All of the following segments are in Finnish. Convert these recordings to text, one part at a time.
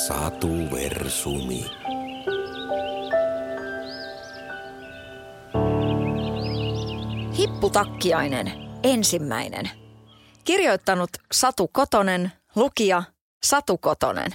Satuversumi. Hipputakkiainen, ensimmäinen. Kirjoittanut Satu Kotonen, lukija Satu Kotonen.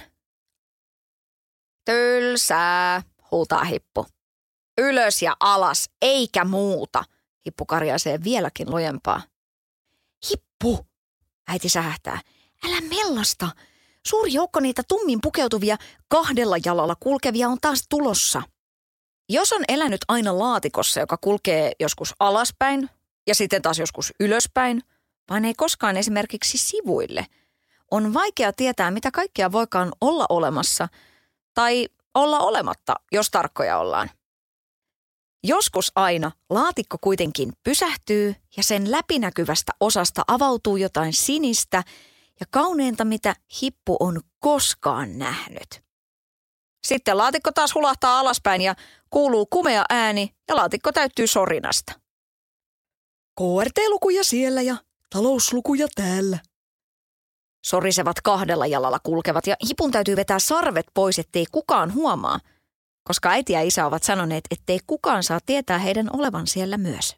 Tylsää, huutaa Hippu. Ylös ja alas, eikä muuta. Hippu karjaisee vieläkin lujempaa. Hippu, äiti sähähtää. Älä mellasta. Suuri joukko niitä tummin pukeutuvia kahdella jalalla kulkevia on taas tulossa. Jos on elänyt aina laatikossa, joka kulkee joskus alaspäin ja sitten taas joskus ylöspäin, vaan ei koskaan esimerkiksi sivuille, on vaikea tietää, mitä kaikkea voikaan olla olemassa tai olla olematta, jos tarkkoja ollaan. Joskus aina laatikko kuitenkin pysähtyy ja sen läpinäkyvästä osasta avautuu jotain sinistä ja kauneinta, mitä Hippu on koskaan nähnyt. Sitten laatikko taas hulahtaa alaspäin ja kuuluu kumea ääni ja laatikko täyttyy sorinasta. KRT-lukuja siellä ja talouslukuja täällä. Sorisevat kahdella jalalla kulkevat ja Hipun täytyy vetää sarvet pois, ettei kukaan huomaa, koska äiti ja isä ovat sanoneet, ettei kukaan saa tietää heidän olevan siellä myös.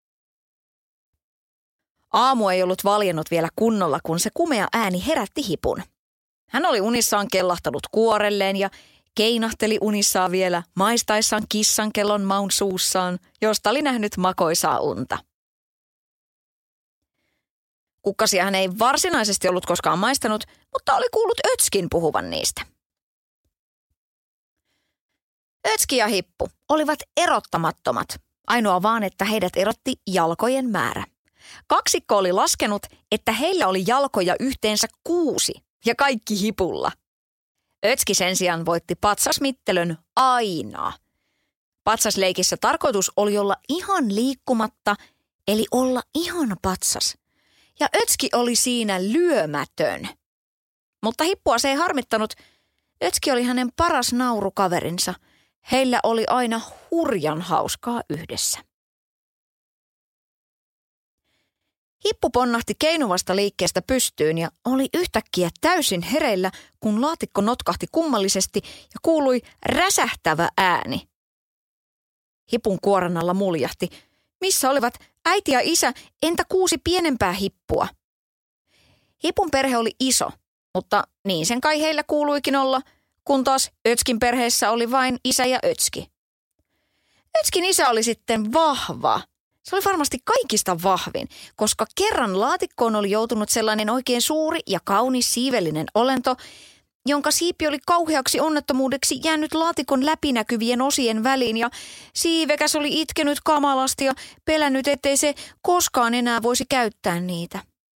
Aamu ei ollut valjennut vielä kunnolla, kun se kumea ääni herätti Hipun. Hän oli unissaan kellahtanut kuorelleen ja keinahteli unissaan vielä maistaessaan kissankellon maun suussaan, josta oli nähnyt makoisaa unta. Kukkasia hän ei varsinaisesti ollut koskaan maistanut, mutta oli kuullut Ötskin puhuvan niistä. Ötski ja Hippu olivat erottamattomat, ainoa vaan, että heidät erotti jalkojen määrä. Kaksikko oli laskenut, että heillä oli jalkoja yhteensä 6 ja kaikki Hipulla. Ötski sen sijaan voitti patsasmittelön aina. Patsasleikissä tarkoitus oli olla ihan liikkumatta, eli olla ihan patsas. Ja Ötski oli siinä lyömätön. Mutta Hippua se ei harmittanut. Ötski oli hänen paras naurukaverinsa. Heillä oli aina hurjan hauskaa yhdessä. Hippu ponnahti keinuvasta liikkeestä pystyyn ja oli yhtäkkiä täysin hereillä, kun laatikko notkahti kummallisesti ja kuului räsähtävä ääni. Hipun kuoran alla muljahti. Missä olivat äiti ja isä, entä 6 pienempää Hippua? Hipun perhe oli iso, mutta niin sen kai heillä kuuluikin olla, kun taas Ötskin perheessä oli vain isä ja Ötski. Ötskin isä oli sitten vahva. Se oli varmasti kaikista vahvin, koska kerran laatikkoon oli joutunut sellainen oikein suuri ja kaunis siivellinen olento, jonka siipi oli kauheaksi onnettomuudeksi jäänyt laatikon läpinäkyvien osien väliin ja siivekäs oli itkenyt kamalasti ja pelännyt, ettei se koskaan enää voisi käyttää niitä.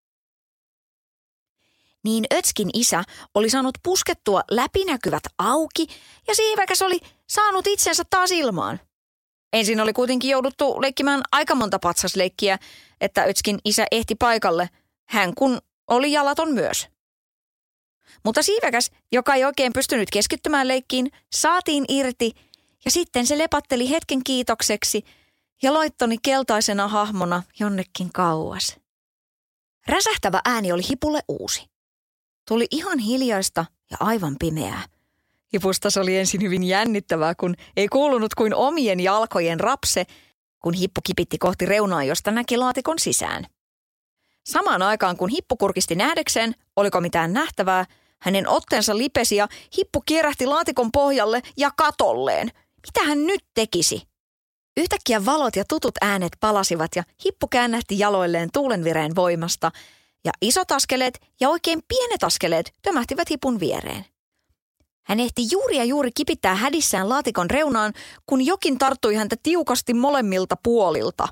Niin Ötskin isä oli saanut puskettua läpinäkyvät auki ja siivekäs oli saanut itsensä taas ilmaan. Ensin oli kuitenkin jouduttu leikkimään aika monta patsasleikkiä, että Ötskin isä ehti paikalle, hän kun oli jalaton myös. Mutta siivekäs, joka ei oikein pystynyt keskittymään leikkiin, saatiin irti ja sitten se lepatteli hetken kiitokseksi ja loittoni keltaisena hahmona jonnekin kauas. Räsähtävä ääni oli Hipulle uusi. Tuli ihan hiljaista ja aivan pimeää. Hipusta se oli ensin hyvin jännittävää, kun ei kuulunut kuin omien jalkojen rapse, kun Hippu kipitti kohti reunaa, josta näki laatikon sisään. Samaan aikaan, kun Hippu kurkisti nähdäkseen, oliko mitään nähtävää, hänen otteensa lipesi ja Hippu kierähti laatikon pohjalle ja katolleen. Mitä hän nyt tekisi? Yhtäkkiä valot ja tutut äänet palasivat ja Hippu käännähti jaloilleen tuulenvireen voimasta ja isot askeleet ja oikein pienet askeleet tömähtivät Hipun viereen. Hän ehti juuri kipittää hädissään laatikon reunaan, kun jokin tarttui häntä tiukasti molemmilta puolilta.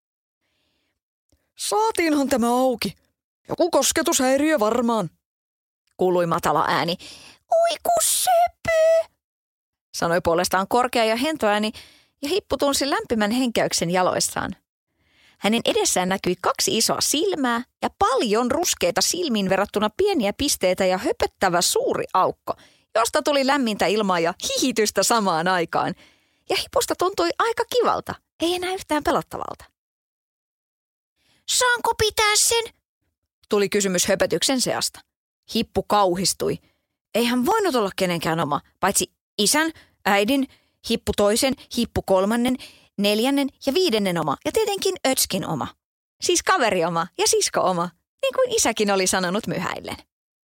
Saatiinhan tämä auki. Joku kosketushäiriö varmaan, kuului matala ääni. Oi ku söpö, sanoi puolestaan korkea ja hento ääni ja Hippu tunsi lämpimän henkäyksen jaloissaan. Hänen edessään näkyi 2 isoa silmää ja paljon ruskeita silmiin verrattuna pieniä pisteitä ja höpöttävä suuri aukko, josta tuli lämmintä ilmaa ja hihitystä samaan aikaan. Ja Hipusta tuntui aika kivalta, ei enää yhtään pelottavalta. Saanko pitää sen? Tuli kysymys höpötyksen seasta. Hippu kauhistui. Ei hän voinut olla kenenkään oma, paitsi isän, äidin, Hippu toisen, Hippu kolmannen, 4. ja 5. oma ja tietenkin Ötskin oma. Siis kaveri oma ja sisko oma, niin kuin isäkin oli sanonut myhäillen.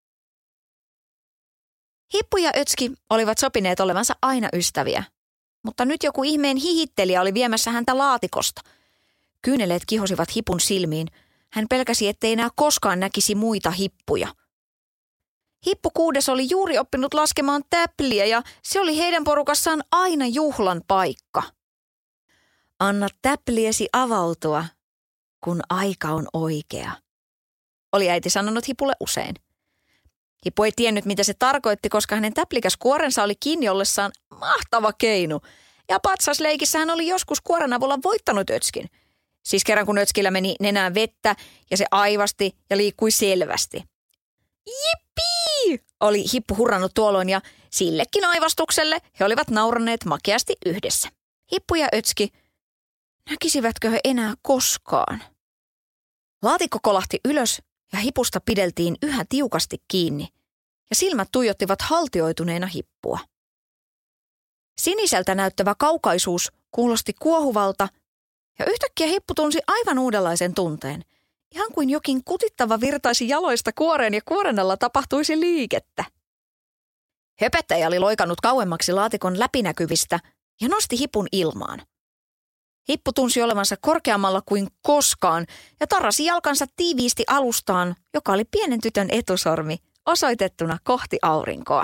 Hippu ja Ötski olivat sopineet olevansa aina ystäviä, mutta nyt joku ihmeen hihittelijä oli viemässä häntä laatikosta. Kyyneleet kihosivat Hipun silmiin. Hän pelkäsi, ettei enää koskaan näkisi muita hippuja. Hippu 6 oli juuri oppinut laskemaan täpliä ja se oli heidän porukassaan aina juhlan paikka. Anna täpliesi avautua, kun aika on oikea, oli äiti sanonut Hipulle usein. Hippu ei tiennyt, mitä se tarkoitti, koska hänen täplikäs kuorensa oli kiinni ollessaan mahtava keinu. Ja patsasleikissä hän oli joskus kuoren avulla voittanut Ötskin. Siis kerran kun Ötskillä meni nenään vettä ja se aivasti ja liikkui selvästi. Jippii! Oli Hippu hurrannut tuolloin ja sillekin aivastukselle he olivat nauraneet makeasti yhdessä. Hippu ja Ötski, näkisivätkö he enää koskaan? Laatikko kolahti ylös ja Hipusta pideltiin yhä tiukasti kiinni ja silmät tuijottivat haltioituneena Hippua. Siniseltä näyttävä kaukaisuus kuulosti kuohuvalta ja yhtäkkiä Hippu tunsi aivan uudenlaisen tunteen. Ihan kuin jokin kutittava virtaisi jaloista kuoreen ja kuoren alla tapahtuisi liikettä. Höpöttäjä oli loikannut kauemmaksi laatikon läpinäkyvistä ja nosti Hipun ilmaan. Hippu tunsi olevansa korkeammalla kuin koskaan ja tarrasi jalkansa tiiviisti alustaan, joka oli pienen tytön etusormi, osoitettuna kohti aurinkoa.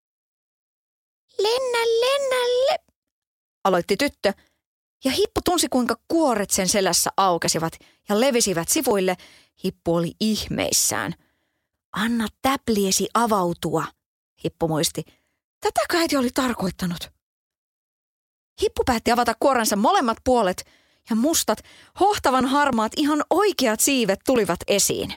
Lennä, aloitti tyttö, ja Hippu tunsi kuinka kuoret sen selässä aukesivat ja levisivät sivuille. Hippu oli ihmeissään. Anna täpliesi avautua, Hippu muisti. Tätäkö äiti oli tarkoittanut? Hippu päätti avata kuorensa molemmat puolet ja mustat, hohtavan harmaat, ihan oikeat siivet tulivat esiin.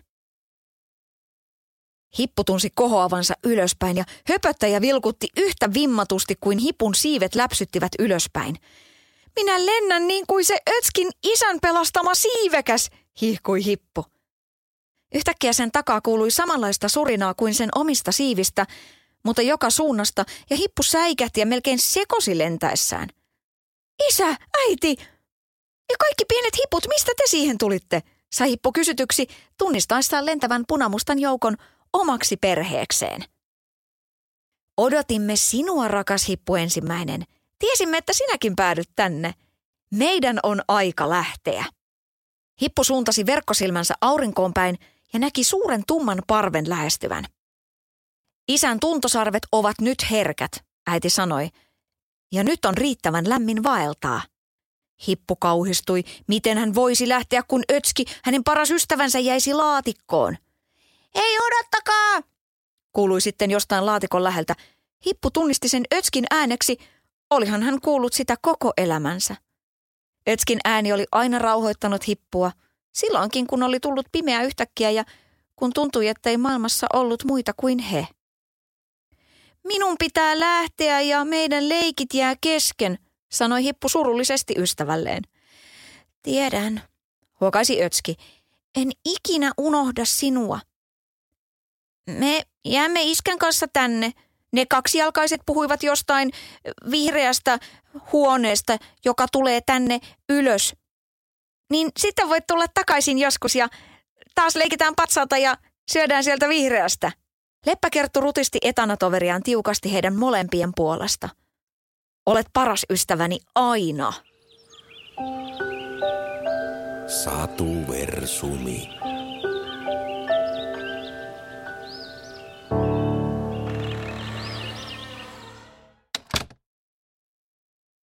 Hippu tunsi kohoavansa ylöspäin ja höpöttäjä vilkutti yhtä vimmatusti kuin Hipun siivet läpsyttivät ylöspäin. Minä lennän niin kuin se Ötskin isän pelastama siivekäs, hihkui Hippu. Yhtäkkiä sen takaa kuului samanlaista surinaa kuin sen omista siivistä, mutta joka suunnasta ja Hippu säikähti ja melkein sekosi lentäessään. Isä, äiti! Ja kaikki pienet hiput, mistä te siihen tulitte? Sai Hippu kysytyksi tunnistaessaan lentävän punamustan joukon omaksi perheekseen. Odotimme sinua, rakas Hippu ensimmäinen. Tiesimme, että sinäkin päädyt tänne. Meidän on aika lähteä. Hippu suuntasi verkkosilmänsä aurinkoon päin ja näki suuren tumman parven lähestyvän. Isän tuntosarvet ovat nyt herkät, äiti sanoi. Ja nyt on riittävän lämmin vaeltaa. Hippu kauhistui, miten hän voisi lähteä, kun Ötski, hänen paras ystävänsä, jäisi laatikkoon. Ei odottakaa, kuului sitten jostain laatikon läheltä. Hippu tunnisti sen Ötskin ääneksi, olihan hän kuullut sitä koko elämänsä. Ötskin ääni oli aina rauhoittanut Hippua, silloinkin kun oli tullut pimeä yhtäkkiä ja kun tuntui, ettei maailmassa ollut muita kuin he. Minun pitää lähteä ja meidän leikit jää kesken, sanoi Hippu surullisesti ystävälleen. Tiedän, huokaisi Ötski. En ikinä unohda sinua. Me jäämme iskän kanssa tänne. Ne kaksijalkaiset puhuivat jostain vihreästä huoneesta, joka tulee tänne ylös. Niin sitten voit tulla takaisin joskus ja taas leikitään patsaata ja syödään sieltä vihreästä. Leppäkerttu rutisti etanatoveriaan tiukasti heidän molempien puolesta. Olet paras ystäväni aina. Satuversumi.